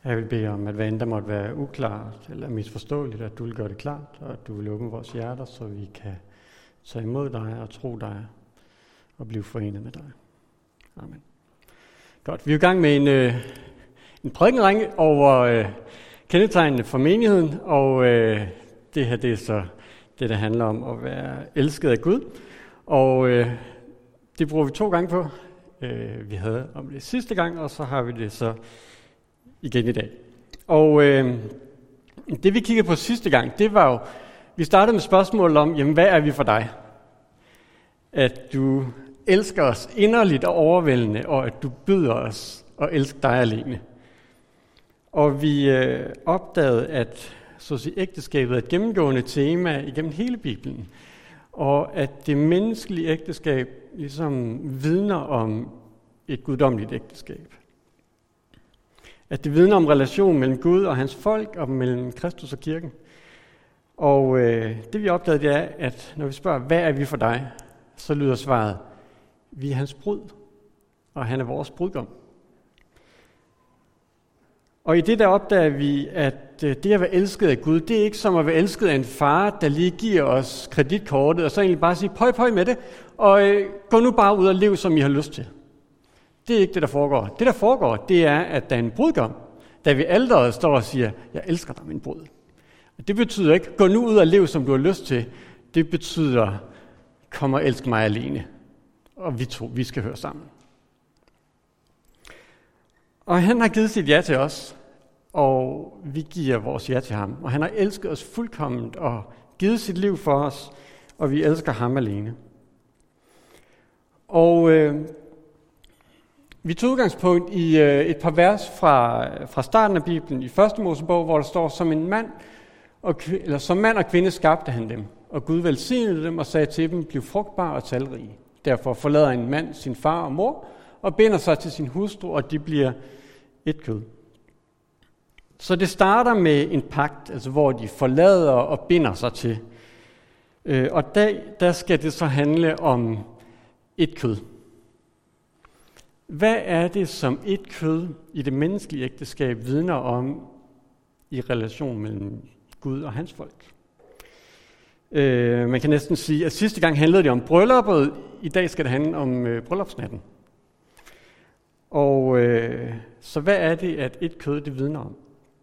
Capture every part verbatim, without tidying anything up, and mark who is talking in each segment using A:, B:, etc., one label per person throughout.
A: Jeg vil bede om, at hvad end der måtte være uklart eller misforståeligt, at du vil gøre det klart, og at du vil åbne vores hjerter, så vi kan tage imod dig og tro dig og blive forenet med dig. Amen. Godt, vi er i gang med en, øh, en prædikenrække over øh, kendetegnene for menigheden, og øh, det her det er så det, der handler om at være elsket af Gud. Og øh, det bruger vi to gange på. Øh, vi havde om det sidste gang, og så har vi det så igen i dag. Og øh, det vi kiggede på sidste gang, det var jo, vi startede med spørgsmålet om, jamen hvad er vi for dig? At du elsker os inderligt og overvældende, og at du byder os at elske dig alene. Og vi øh, opdagede, at så at sige, ægteskabet er et gennemgående tema igennem hele Bibelen, og at det menneskelige ægteskab ligesom vidner om et guddommeligt ægteskab. At det vidner om relationen mellem Gud og hans folk, og mellem Kristus og kirken. Og øh, det vi opdagede, det er, at når vi spørger, hvad er vi for dig, så lyder svaret, vi er hans brud, og han er vores brudgom. Og i det der opdager vi, at det at være elsket af Gud, det er ikke som at være elsket af en far, der lige giver os kreditkortet, og så egentlig bare sige, pøj, pøj med det, og øh, gå nu bare ud og lev, som I har lyst til. Det er ikke det, der foregår. Det, der foregår, det er, at der er en brudgom, der ved alteret står og siger, jeg elsker dig, min brud. Og det betyder ikke, gå nu ud og lev, som du har lyst til. Det betyder, kom og elsk mig alene. Og vi to, vi skal høre sammen. Og han har givet sit ja til os, og vi giver vores ja til ham. Og han har elsket os fuldkomment og givet sit liv for os, og vi elsker ham alene. Og øh, vi tog udgangspunkt i øh, et par vers fra, fra starten af Bibelen i første Mosebog, hvor der står, som en mand og, eller som mand og kvinde skabte han dem, og Gud velsignede dem og sagde til dem, bliv frugtbare og talrige. Derfor forlader en mand sin far og mor, og binder sig til sin hustru, og de bliver et kød. Så det starter med en pagt, altså hvor de forlader og binder sig til. Øh, og der, der skal det så handle om et kød. Hvad er det, som et kød i det menneskelige ægteskab vidner om i relation mellem Gud og hans folk? Øh, man kan næsten sige, at sidste gang handlede det om brylluppet, i dag skal det handle om øh, bryllupsnatten. Og øh, så hvad er det, at et kød det vidner om?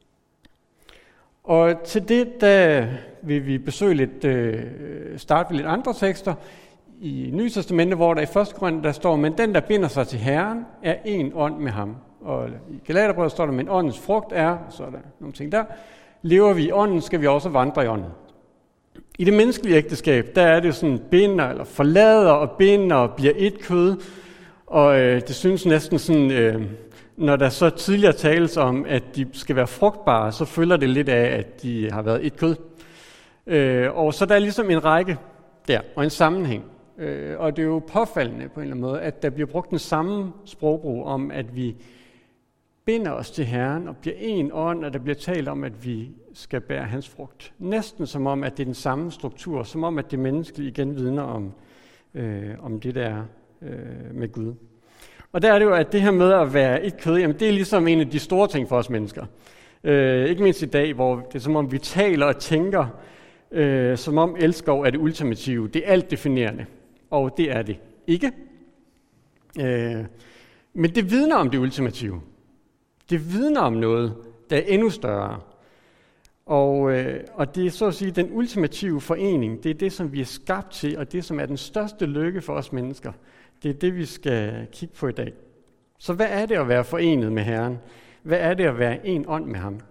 A: Og til det, der vil vi besøge lidt, øh, starte ved lidt andre tekster i Nye Testamente, hvor der i første Korinther der står, men den, der binder sig til Herren, er en ånd med ham. Og i Galaterbrevet står der, men åndens frugt er, så er der nogle ting der, lever vi i ånden, skal vi også vandre i ånden. I det menneskelige ægteskab, der er det sådan, binder eller forlader og binder og bliver et kød, og øh, det synes næsten sådan, øh, når der så tidligere tales om, at de skal være frugtbare, så følger det lidt af, at de har været et kød. Øh, og så der er ligesom en række der, og en sammenhæng. Øh, og det er jo påfaldende på en eller anden måde, at der bliver brugt den samme sprogbrug om, at vi binder os til Herren og bliver en ånd, og der bliver talt om, at vi skal bære hans frugt. Næsten som om, at det er den samme struktur, som om, at det menneskelige igen vidner om, øh, om det, der er øh, med Gud. Og der er det jo, at det her med at være et kød, jamen det er ligesom en af de store ting for os mennesker. Øh, ikke mindst i dag, hvor det er som om, vi taler og tænker, øh, som om elskov er det ultimative. Det er alt definerende, og det er det ikke. Øh, men det vidner om det ultimative. Det vidner om noget, der er endnu større. Og, øh, og det er så at sige, den ultimative forening, det er det, som vi er skabt til, og det, som er den største lykke for os mennesker. Det er det, vi skal kigge på i dag. Så hvad er det at være forenet med Herren? Hvad er det at være en ånd med ham?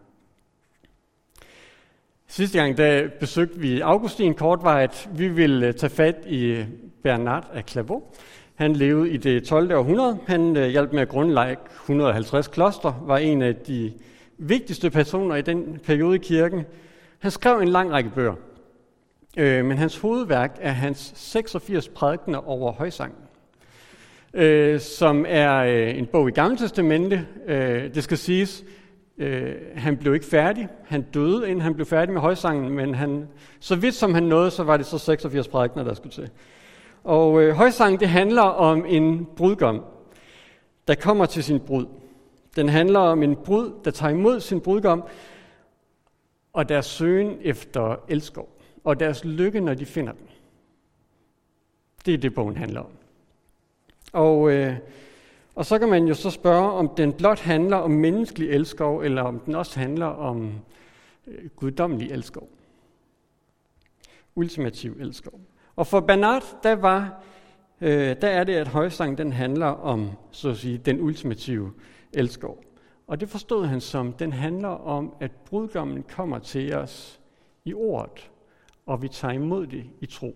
A: Sidste gang, der besøgte vi Augustin kortvarigt. Vi ville tage fat i Bernard af Clairvaux. Han levede i det tolvte århundrede. Han hjalp med at grundlægge et hundrede og halvtreds klostre, var en af de vigtigste personer i den periode i kirken. Han skrev en lang række bøger, øh, men hans hovedværk er hans seksogfirs prædikener over højsangen, øh, som er øh, en bog i Gamle Testamente. Øh, det skal siges, øh, han blev ikke færdig. Han døde, inden han blev færdig med højsangen, men han, så vidt som han nåede, så var det så seksogfirs prædikener, der skulle til. Og øh, højsangen, det handler om en brudgom, der kommer til sin brud. Den handler om en brud, der tager imod sin brudgom, og deres søgen efter elskov, og deres lykke, når de finder den. Det er det, bogen handler om. Og, øh, og så kan man jo så spørge, om den blot handler om menneskelig elskov, eller om den også handler om øh, guddommelig elskov. Ultimativ elskov. Og for Bernard, der, var, øh, der er det, at højsangen den handler om, så at sige, den ultimative elskov. Og det forstod han som, den handler om, at brudgommen kommer til os i ordet, og vi tager imod det i tro.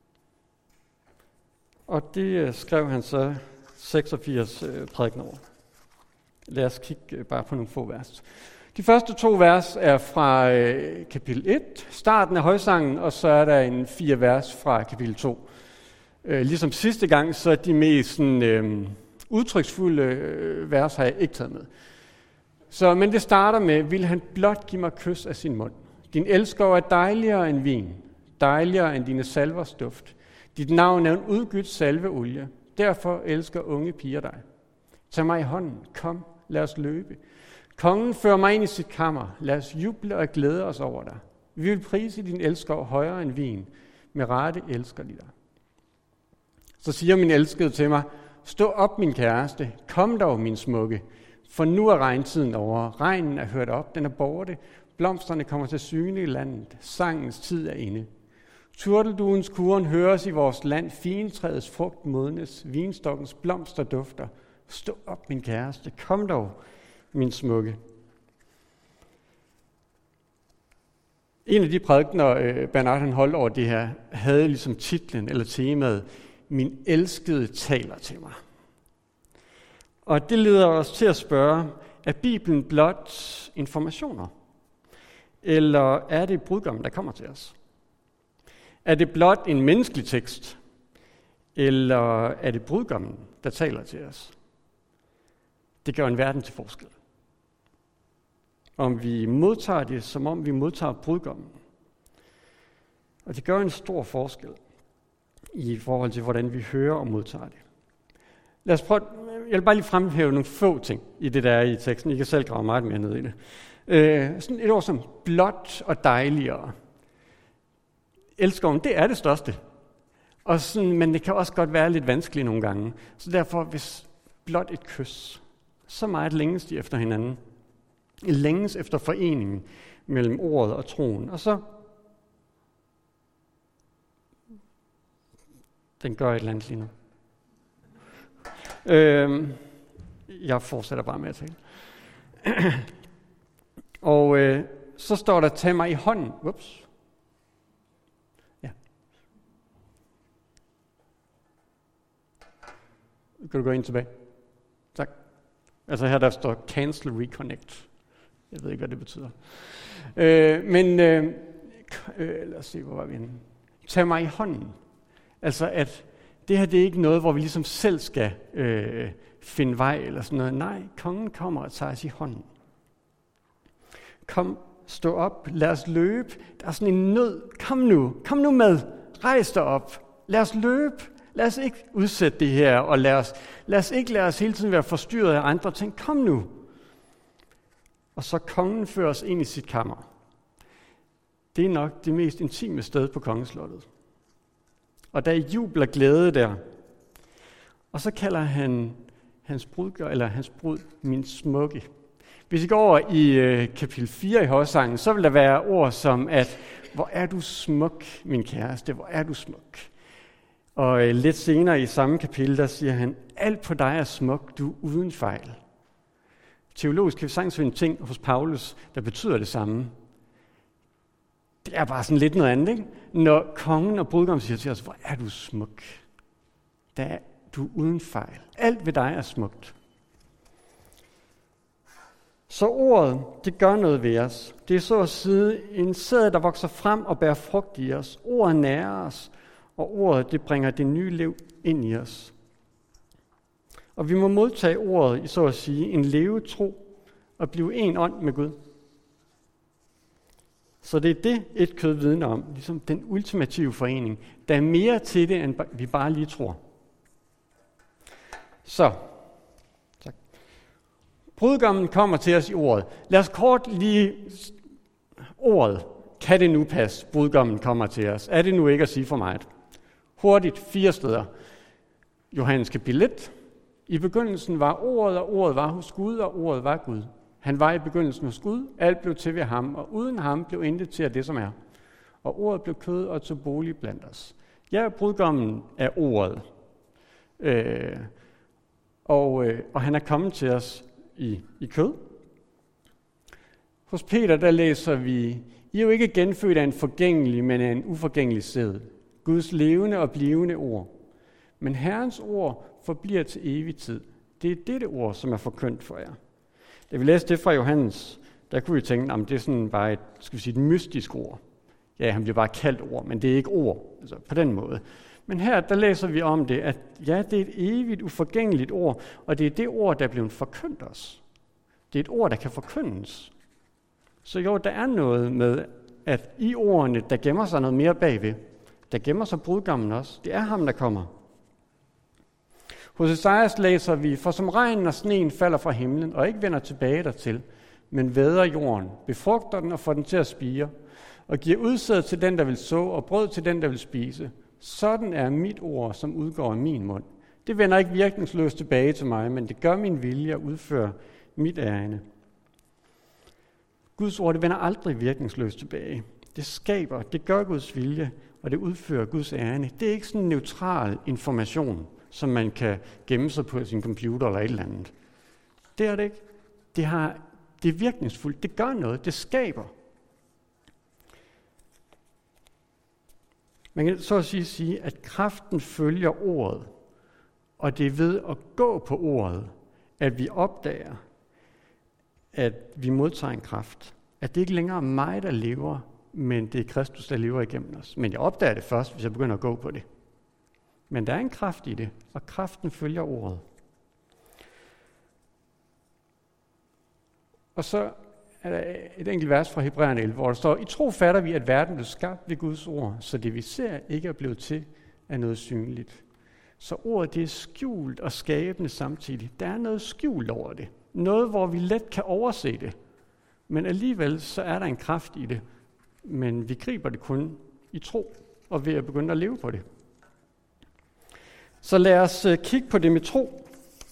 A: Og det skrev han så seksogfirs prædikener over. Lad os kigge bare på nogle få vers. De første to vers er fra øh, kapitel et, starten af højsangen, og så er der en fire vers fra kapitel to. Øh, ligesom sidste gang, så er de mest sådan, øh, udtryksfulde øh, vers har jeg ikke taget med. Så, men det starter med, vil han blot give mig kys af sin mund. Din elskov er dejligere end vin, dejligere end dine salvers duft. Dit navn er en udgydt salveolie, derfor elsker unge piger dig. Tag mig i hånden, kom, lad os løbe. Kongen fører mig ind i sit kammer, lad os juble og glæde os over dig. Vi vil prise din elskov højere end vin, med rette elsker de dig. Så siger min elskede til mig, stå op min kæreste, kom dog min smukke, for nu er regntiden over, regnen er hørt op, den er borte, blomsterne kommer til syne i landet, sangens tid er inde. Turtelduens kuren høres i vores land, fintræets frugt modnes, vinstokkens blomster dufter. Stå op min kæreste, kom dog min smukke. En af de prædikener, Bernard han holdt over det her, havde ligesom titlen eller temaet, min elskede taler til mig. Og det leder os til at spørge, er Bibelen blot informationer? Eller er det brudgommen, der kommer til os? Er det blot en menneskelig tekst? Eller er det brudgommen, der taler til os? Det gør en verden til forskel. Om vi modtager det, som om vi modtager brudgommen. Og det gør en stor forskel i forhold til, hvordan vi hører og modtager det. Lad os prøve, jeg vil bare lige fremhæve nogle få ting i det, der er i teksten. I kan selv grave meget mere ned i det. Øh, sådan et ord som blot og dejligere. Elskoven, det er det største. Og sådan, men det kan også godt være lidt vanskeligt nogle gange. Så derfor, hvis blot et kys, så meget længes de efter hinanden. Længes efter foreningen mellem ordet og troen. Og så, den gør et eller andet lige nu. Øh, jeg fortsætter bare med at tale. Og øh, så står der, tag mig i hånden. Ups. Ja. Kan du gå ind tilbage? Tak. Altså her der står cancel reconnect. Jeg ved ikke, hvad det betyder. Øh, men øh, øh, lad os se, hvor var vi henne. Tag mig i hånden. Altså at det her, det er ikke noget, hvor vi ligesom selv skal øh, finde vej eller sådan noget. Nej, kongen kommer og tager os i hånden. Kom, stå op, lad os løbe. Der er sådan en nød. Kom nu, kom nu med. Rejs dig op. Lad os løbe. Lad os ikke udsætte det her, og lad os, lad os ikke lade os hele tiden være forstyrret af andre ting. Kom nu. Og så kongen fører os ind i sit kammer. Det er nok det mest intime sted på kongeslottet. Og der er jubel og glæde der. Og så kalder han hans brud, eller hans brud, min smukke. Hvis I går over i øh, kapitel fire i højsangen, så vil der være ord som, at hvor er du smuk, min kæreste, hvor er du smuk. Og øh, lidt senere i samme kapitel, der siger han, alt på dig er smuk, du er uden fejl. Teologisk kan vi sagtens finde ting hos Paulus, der betyder det samme. Det er bare sådan lidt noget andet, ikke? Når kongen og brudgommen siger til os, hvor er du smuk. Der er du uden fejl. Alt ved dig er smukt. Så ordet, det gør noget ved os. Det er så at sige en sæd, der vokser frem og bærer frugt i os. Ordet nærer os, og ordet, det bringer det nye liv ind i os. Og vi må modtage ordet i så at sige en levetro og blive en ånd med Gud. Så det er det, et kød vidner om, ligesom den ultimative forening. Der er mere til det, end vi bare lige tror. Så, tak. Brudgommen kommer til os i ordet. Lad os kort lige ordet. Kan det nu passe? Brudgommen kommer til os. Er det nu ikke at sige for meget? Hurtigt, fire steder. Johannes kapitel et. I begyndelsen var ordet, og ordet var hos Gud, og ordet var Gud. Han var i begyndelsen hos Gud, alt blev til ved ham, og uden ham blev intet til af det, som er. Og ordet blev kød og tog bolig blandt os. Ja, brudgommen er ordet. Øh, og, øh, og han er kommet til os i, i kød. Hos Peter, der læser vi, I er jo ikke genfødt af en forgængelig, men af en uforgængelig sæd. Guds levende og blivende ord. Men Herrens ord forbliver til evig tid. Det er dette ord, som er forkyndt for jer. Da vi læste det fra Johannes, der kunne vi tænke, at det er sådan bare et, skal vi sige, et mystisk ord. Ja, han bliver bare kaldt ord, men det er ikke ord, altså på den måde. Men her, der læser vi om det, at ja, det er et evigt, uforgængeligt ord, og det er det ord, der er blevet forkyndt os. Det er et ord, der kan forkyndes. Så jo, der er noget med, at i ordene, der gemmer sig noget mere bagved. Der gemmer sig brudgommen også. Det er ham, der kommer. Hos Esajas læser vi, for som regnen og sneen falder fra himlen, og ikke vender tilbage dertil, men væder jorden, befrugter den og får den til at spire, og giver udsæd til den, der vil så, og brød til den, der vil spise. Sådan er mit ord, som udgår af min mund. Det vender ikke virkningsløst tilbage til mig, men det gør min vilje at udføre mit ærinde. Guds ord, det vender aldrig virkningsløst tilbage. Det skaber, det gør Guds vilje, og det udfører Guds ærinde. Det er ikke sådan en neutral information, som man kan gemme sig på sin computer eller et eller andet. Det er det ikke. Det, har, det er virkningsfuldt. Det gør noget. Det skaber. Man kan så at sige, sige, at kraften følger ordet, og det er ved at gå på ordet, at vi opdager, at vi modtager en kraft. At det ikke længere er mig, der lever, men det er Kristus, der lever igennem os. Men jeg opdager det først, hvis jeg begynder at gå på det. Men der er en kraft i det, og kraften følger ordet. Og så er der et enkelt vers fra Hebræerne elleve, hvor der står, i tro fatter vi, at verden blev skabt ved Guds ord, så det vi ser ikke er blevet til af noget synligt. Så ordet, det er skjult og skabende samtidig. Der er noget skjult over det. Noget, hvor vi let kan overse det. Men alligevel så er der en kraft i det. Men vi griber det kun i tro, og ved at begynde at leve på det. Så lad os kigge på det med tro.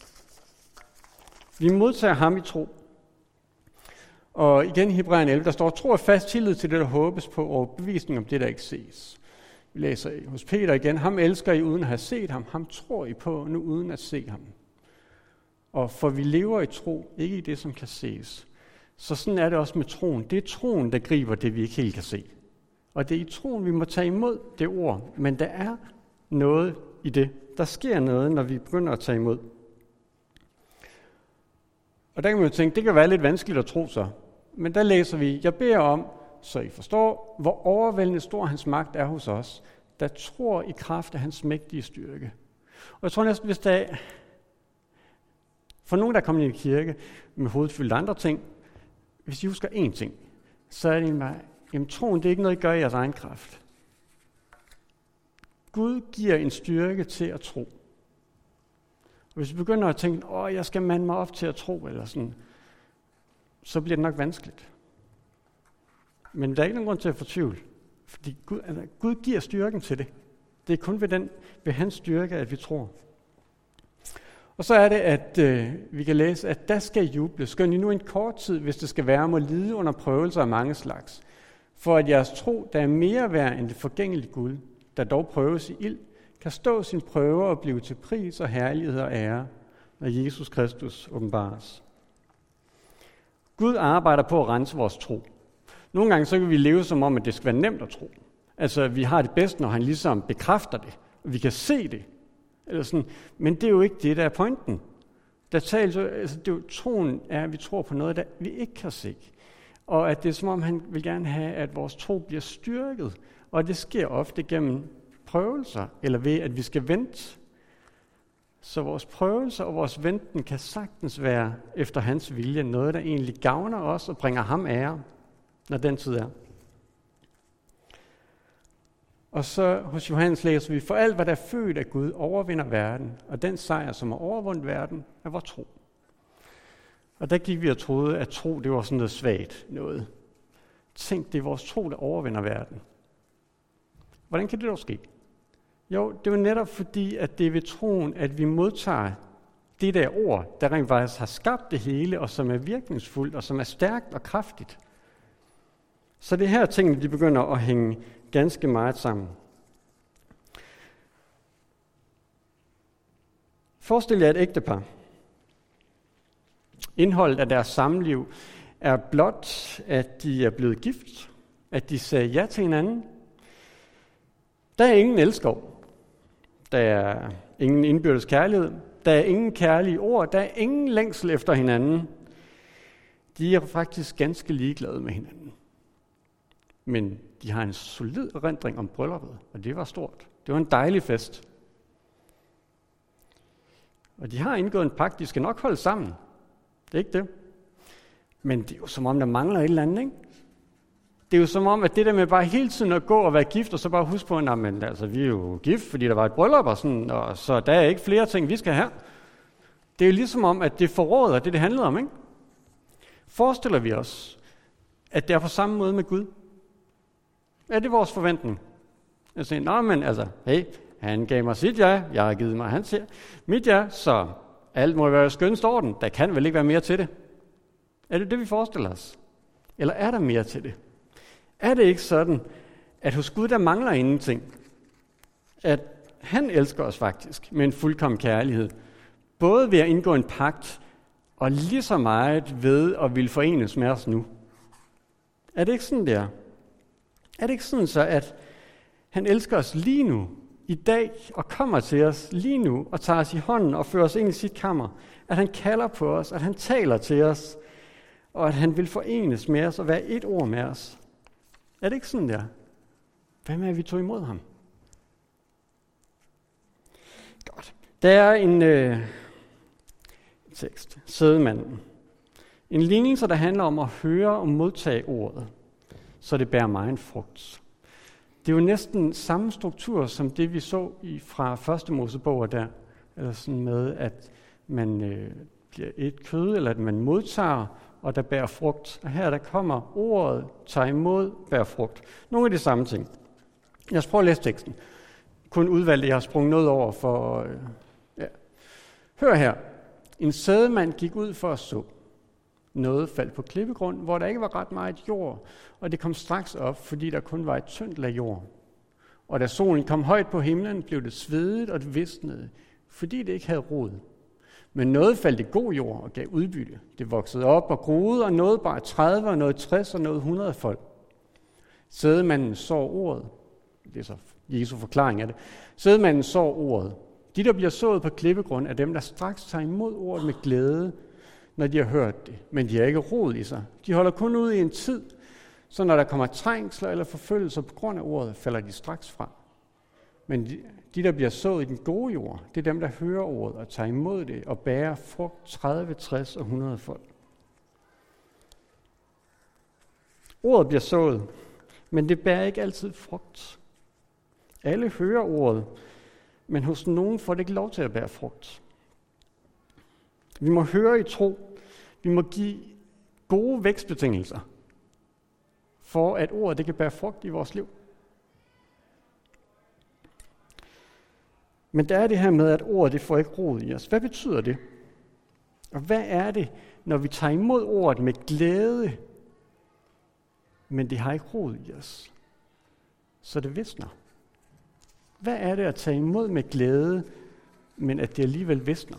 A: Vi modtager ham i tro. Og igen i Hebræerne elleve, der står, tro er fast tillid til det, der håbes på, og bevisning om det, der ikke ses. Vi læser hos Peter igen, ham elsker I uden at have set ham, ham tror I på nu uden at se ham. Og for vi lever i tro, ikke i det, som kan ses. Så sådan er det også med troen. Det er troen, der griber det, vi ikke helt kan se. Og det er i troen, vi må tage imod det ord. Men der er noget i det. Der sker noget, når vi begynder at tage imod. Og der kan man jo tænke, det kan være lidt vanskeligt at tro så. Men der læser vi, jeg beder om, så I forstår, hvor overvældende stor hans magt er hos os, der tror i kraft af hans mægtige styrke. Og jeg tror næsten, hvis der er for nogen, der er kommet i en kirke med hovedet fyldt andre ting, hvis I husker én ting, så er det mig, jamen troen, det er ikke noget, I gør i jeres egen kraft. Gud giver en styrke til at tro. Og hvis vi begynder at tænke, åh, jeg skal mande mig op til at tro, eller sådan, så bliver det nok vanskeligt. Men der er ikke nogen grund til at fortvivle, fordi Gud, altså, Gud giver styrken til det. Det er kun ved, den, ved hans styrke, at vi tror. Og så er det, at øh, vi kan læse, at der skal juble, skøn I nu en kort tid, hvis det skal være, må lide under prøvelser af mange slags. For at jeres tro, der er mere værd end det forgængelige guld, der dog prøves i ild, kan stå sin prøve og blive til pris og herlighed og ære, når Jesus Kristus åbenbares. Gud arbejder på at rense vores tro. Nogle gange så kan vi leve som om, at det skal være nemt at tro. Altså, vi har det bedst, når han ligesom bekræfter det, og vi kan se det. Eller sådan. Men det er jo ikke det, der er pointen. Der tales, altså, det er jo, troen er, at vi tror på noget, der vi ikke kan se. Og at det er som om, han vil gerne have, at vores tro bliver styrket. Og det sker ofte gennem prøvelser, eller ved, at vi skal vente. Så vores prøvelser og vores venten kan sagtens være efter hans vilje noget, der egentlig gavner os og bringer ham ære, når den tid er. Og så hos Johannes læser vi, for alt hvad der er født af Gud, overvinder verden, og den sejr, som har overvundet verden, er vores tro. Og der gik vi og troede, at tro, det var sådan noget svagt noget. Tænk, det er vores tro, der overvinder verden. Hvordan kan det dog ske? Jo, det er jo netop fordi, at det er ved troen, at vi modtager det der ord, der rent faktisk har skabt det hele, og som er virkningsfuldt, og som er stærkt og kraftigt. Så det er her, tingene de begynder at hænge ganske meget sammen. Forestil jer et ægtepar. Indholdet af deres samliv er blot, at de er blevet gift, at de sagde ja til hinanden. Der er ingen elskov. Der er ingen indbyrdes kærlighed. Der er ingen kærlige ord. Der er ingen længsel efter hinanden. De er faktisk ganske ligeglade med hinanden. Men de har en solid erindring om brylluppet, og det var stort. Det var en dejlig fest. Og de har indgået en pagt, de skal nok holde sammen. Det er ikke det. Men det er jo som om, der mangler et eller andet, ikke? Det er jo som om, at det der med bare hele tiden at gå og være gift, og så bare huske på, at men, altså, vi er jo gift, fordi der var et bryllup, og, sådan, og så der er ikke flere ting, vi skal have. Det er jo ligesom om, at det forråder det, det handlede om, ikke? Forestiller vi os, at det er på samme måde med Gud? Er det vores forventning? Jeg siger, nå, men altså, hey, han gav mig sit ja, jeg har givet mig hans ja, mit ja, så alt må være skønst orden. Der kan vel ikke være mere til det? Er det det, vi forestiller os? Eller er der mere til det? Er det ikke sådan, at hos Gud, der mangler ingenting? At han elsker os faktisk med en fuldkommen kærlighed. Både ved at indgå en pagt, og lige så meget ved at ville forenes med os nu. Er det ikke sådan, det er? Er det ikke sådan så, at han elsker os lige nu, i dag, og kommer til os lige nu, og tager os i hånden og fører os ind i sit kammer? At han kalder på os, at han taler til os, og at han vil forenes med os og være et ord med os? Er det ikke sådan, der? Hvad med, at vi tog imod ham? Godt. Der er en øh, tekst, Sædemanden. En lignelse, der handler om at høre og modtage ordet, så det bærer meget en frugt. Det er jo næsten samme struktur, som det vi så i fra første Mosebog der. Eller sådan med, at man øh, bliver et kød, eller at man modtager, og der bærer frugt. Og her der kommer ordet, tager imod, bærer frugt. Nogle af de samme ting. Jeg skal prøve at læse teksten. Kun udvalgte, jeg har sprunget noget over for... Øh, ja. Hør her. En sædemand gik ud for at så. Noget faldt på klippegrund, hvor der ikke var ret meget jord, og det kom straks op, fordi der kun var et tyndt lag jord. Og da solen kom højt på himlen, blev det svedigt og det visnede, fordi det ikke havde rod. Men noget faldt i god jord og gav udbytte. Det voksede op og groede, og noget bare tredive, og noget tres, og noget hundrede folk. Sædemanden så ordet. Det er så Jesu forklaring af det. Sædemanden så ordet. De, der bliver sået på klippegrund, er dem, der straks tager imod ordet med glæde, når de har hørt det. Men de har ikke rod i sig. De holder kun ud i en tid, så når der kommer trængsler eller forfølgelser på grund af ordet, falder de straks fra. Men de, de, der bliver sået i den gode jord, det er dem, der hører ordet og tager imod det og bærer frugt tredive, tres og hundrede folk. Ordet bliver sået, men det bærer ikke altid frugt. Alle hører ordet, men hos nogen får det ikke lov til at bære frugt. Vi må høre i tro. Vi må give gode vækstbetingelser, for at ordet det kan bære frugt i vores liv. Men der er det her med, at ordet det får ikke rod i os. Hvad betyder det? Og hvad er det, når vi tager imod ordet med glæde, men det har ikke rod i os, så det visner? Hvad er det at tage imod med glæde, men at det alligevel visner?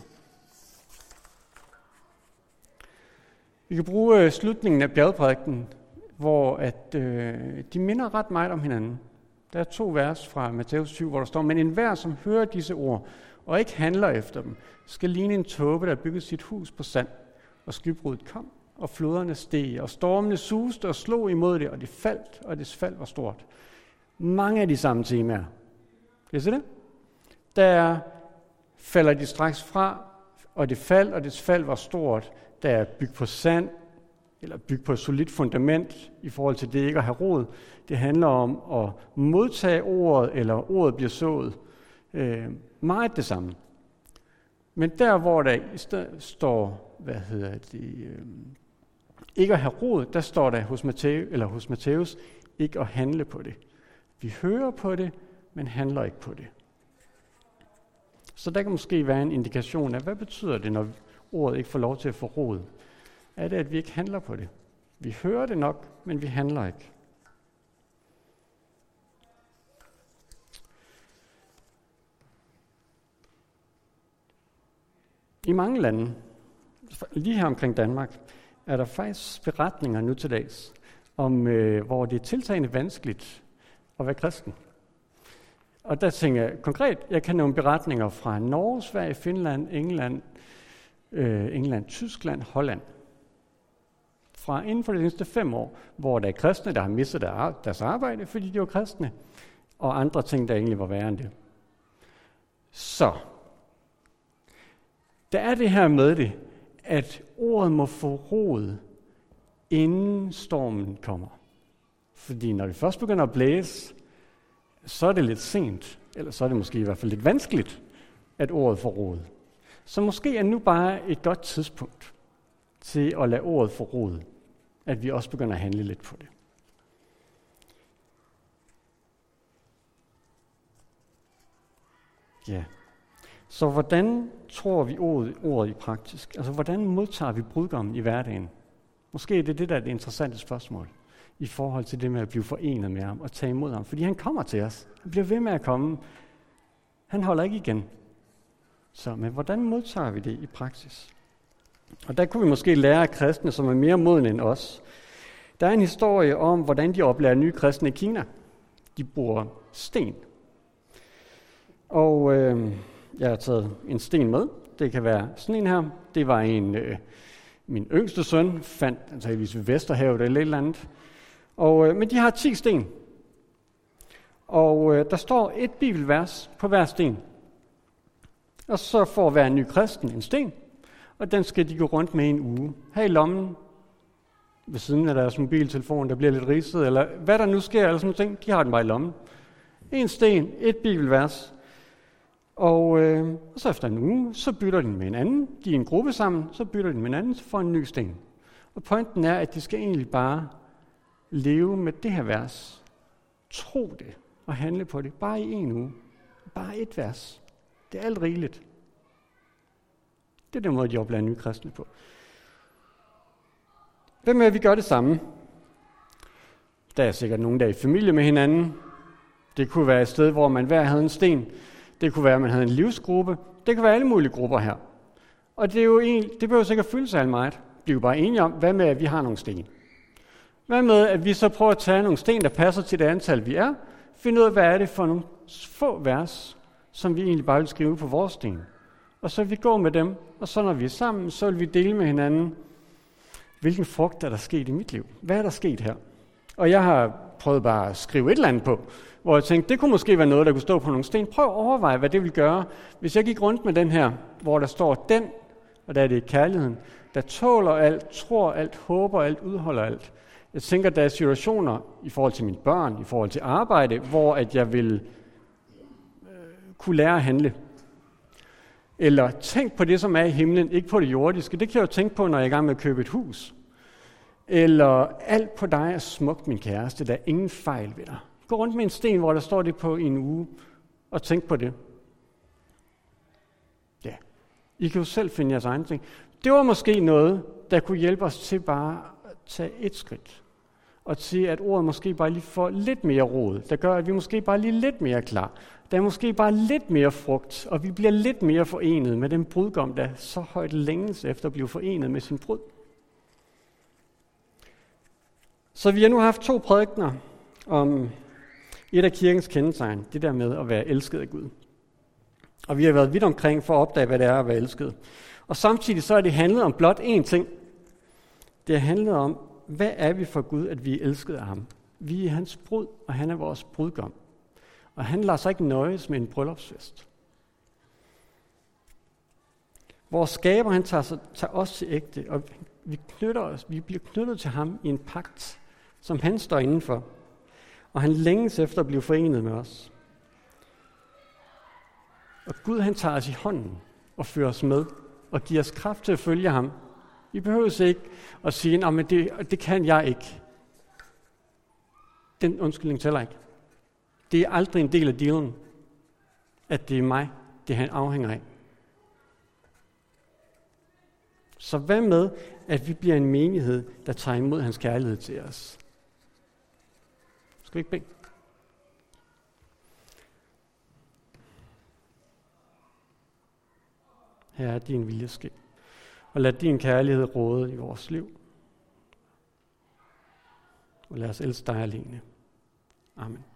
A: Vi kan bruge slutningen af bjergprædiken, hvor at, øh, de minder ret meget om hinanden. Der er to vers fra Matthæus tyve, hvor der står, men enhver, som hører disse ord, og ikke handler efter dem, skal ligne en tåbe, der byggede sit hus på sand, og skybruddet kom, og floderne steg, og stormene suste og slog imod det, og det faldt, og dets fald var stort. Mange af de samme temaer. Kan I se det? Der falder de straks fra, og det fald, og dets fald var stort. Der er bygget på sand, eller bygget på et solidt fundament i forhold til det ikke at have rod. Det handler om at modtage ordet, eller ordet bliver sået. Øh, meget det samme. Men der, hvor der i stedet står, hvad hedder det, øh, ikke at have rod, der står der hos Matthæus, eller hos Matthæus, ikke at handle på det. Vi hører på det, men handler ikke på det. Så der kan måske være en indikation af, hvad betyder det, når ordet ikke får lov til at få rod? Er det, at vi ikke handler på det? Vi hører det nok, men vi handler ikke. I mange lande, lige her omkring Danmark, er der faktisk beretninger nu til dags, om, øh, hvor det er tiltagende vanskeligt at være kristen. Og der tænker jeg konkret, jeg kan nævne beretninger fra Norge, Sverige, Finland, England, øh, England, Tyskland, Holland. Fra inden for de næste fem år, hvor der er kristne, der har mistet deres arbejde, fordi de var kristne, og andre ting, der egentlig var værre end det. Så, der er det her med det, at ordet må få rod, inden stormen kommer. Fordi når det først begynder at blæse, så er det lidt sent, eller så er det måske i hvert fald lidt vanskeligt, at ordet får rod. Så måske er nu bare et godt tidspunkt til at lade ordet få rod, at vi også begynder at handle lidt på det. Ja. Så hvordan tror vi ordet, ordet i praktisk? Altså, hvordan modtager vi brudgommen i hverdagen? Måske er det det, der er det interessante spørgsmål, i forhold til det med at blive forenet med ham og tage imod ham. Fordi han kommer til os. Han bliver ved med at komme. Han holder ikke igen. Så, men hvordan modtager vi det i praksis? Og der kunne vi måske lære af kristne, som er mere modne end os. Der er en historie om, hvordan de oplærer nye kristne i Kina. De bruger sten. Og øh, jeg har taget en sten med. Det kan være sådan en her. Det var en, øh, min yngste søn fandt, antageligvis ved Vesterhavet eller et eller andet. Og, øh, men de har ti sten. Og øh, der står et bibelvers på hver sten. Og så får hver ny kristen en sten. Og den skal de gå rundt med en uge. Her i lommen, ved siden af deres mobiltelefon, der bliver lidt ridset, eller hvad der nu sker, eller sådan ting, de har den bare i lommen. En sten, et bibelvers. Og, øh, og så efter en uge, så bytter de med en anden. De er en gruppe sammen, så bytter de med en anden, så får en ny sten. Og pointen er, at de skal egentlig bare leve med det her vers. Tro det og handle på det. Bare i en uge. Bare et vers. Det er alt rigeligt. Det er den måde, de oplærer nye kristne på. Hvem med, at vi gør det samme? Der er sikkert nogen, der er i familie med hinanden. Det kunne være et sted, hvor man hver havde en sten. Det kunne være, at man havde en livsgruppe. Det kan være alle mulige grupper her. Og det, er jo en, det behøver sikkert fylde sig meget. Vi er jo bare enige om, hvad med, at vi har nogle sten. Hvad med, at vi så prøver at tage nogle sten, der passer til det antal, vi er. Finde ud af, hvad er det for nogle få vers, som vi egentlig bare vil skrive på vores sten. Og så vil vi gå med dem, og så når vi er sammen, så vil vi dele med hinanden, hvilken frugt er der sket i mit liv. Hvad er der sket her? Og jeg har prøvet bare at skrive et eller andet på, hvor jeg tænkte, det kunne måske være noget, der kunne stå på nogle sten. Prøv at overveje, hvad det vil gøre, hvis jeg gik rundt med den her, hvor der står den, og der er det kærligheden, der tåler alt, tror alt, håber alt, udholder alt. Jeg tænker, der er situationer i forhold til mine børn, i forhold til arbejde, hvor at jeg vil øh, kunne lære at handle. Eller tænk på det, som er i himlen, ikke på det jordiske. Det kan jeg jo tænke på, når jeg er i gang med at købe et hus. Eller alt på dig er smukt, min kæreste, der er ingen fejl ved dig. Gå rundt med en sten, hvor der står det på i en uge, og tænk på det. Ja, I kan jo selv finde jeres egen ting. Det var måske noget, der kunne hjælpe os til bare at tage et skridt. Og til, at ordet måske bare lige får lidt mere rod, der gør, at vi måske bare lige lidt mere klar. Der er måske bare lidt mere frugt, og vi bliver lidt mere forenet med den brudgom, der så højt længes efter at blive forenet med sin brud. Så vi har nu haft to prædikener om et af kirkens kendetegn, det der med at være elsket af Gud. Og vi har været vidt omkring for at opdage, hvad det er at være elsket. Og samtidig så er det handlet om blot én ting. Det har handlet om, hvad er vi for Gud, at vi er elsket af ham? Vi er hans brud, og han er vores brudgom. Og han lader sig ikke nøjes med en bryllupsfest. Vores skaber, han tager, tager os til ægte, og vi, knytter os, vi bliver knyttet til ham i en pagt, som han står indenfor. Og han længes efter at blive forenet med os. Og Gud, han tager os i hånden og føre os med og give os kraft til at følge ham. Vi behøver ikke at sige, at det, det kan jeg ikke. Den undskyldning tæller ikke. Det er aldrig en del af dealen, at det er mig, det han afhænger af. Så hvad med, at vi bliver en menighed, der tager imod hans kærlighed til os? Skal vi ikke bede? Herre, din vilje ske, og lad din kærlighed råde i vores liv. Og lad os elske dig alene. Amen.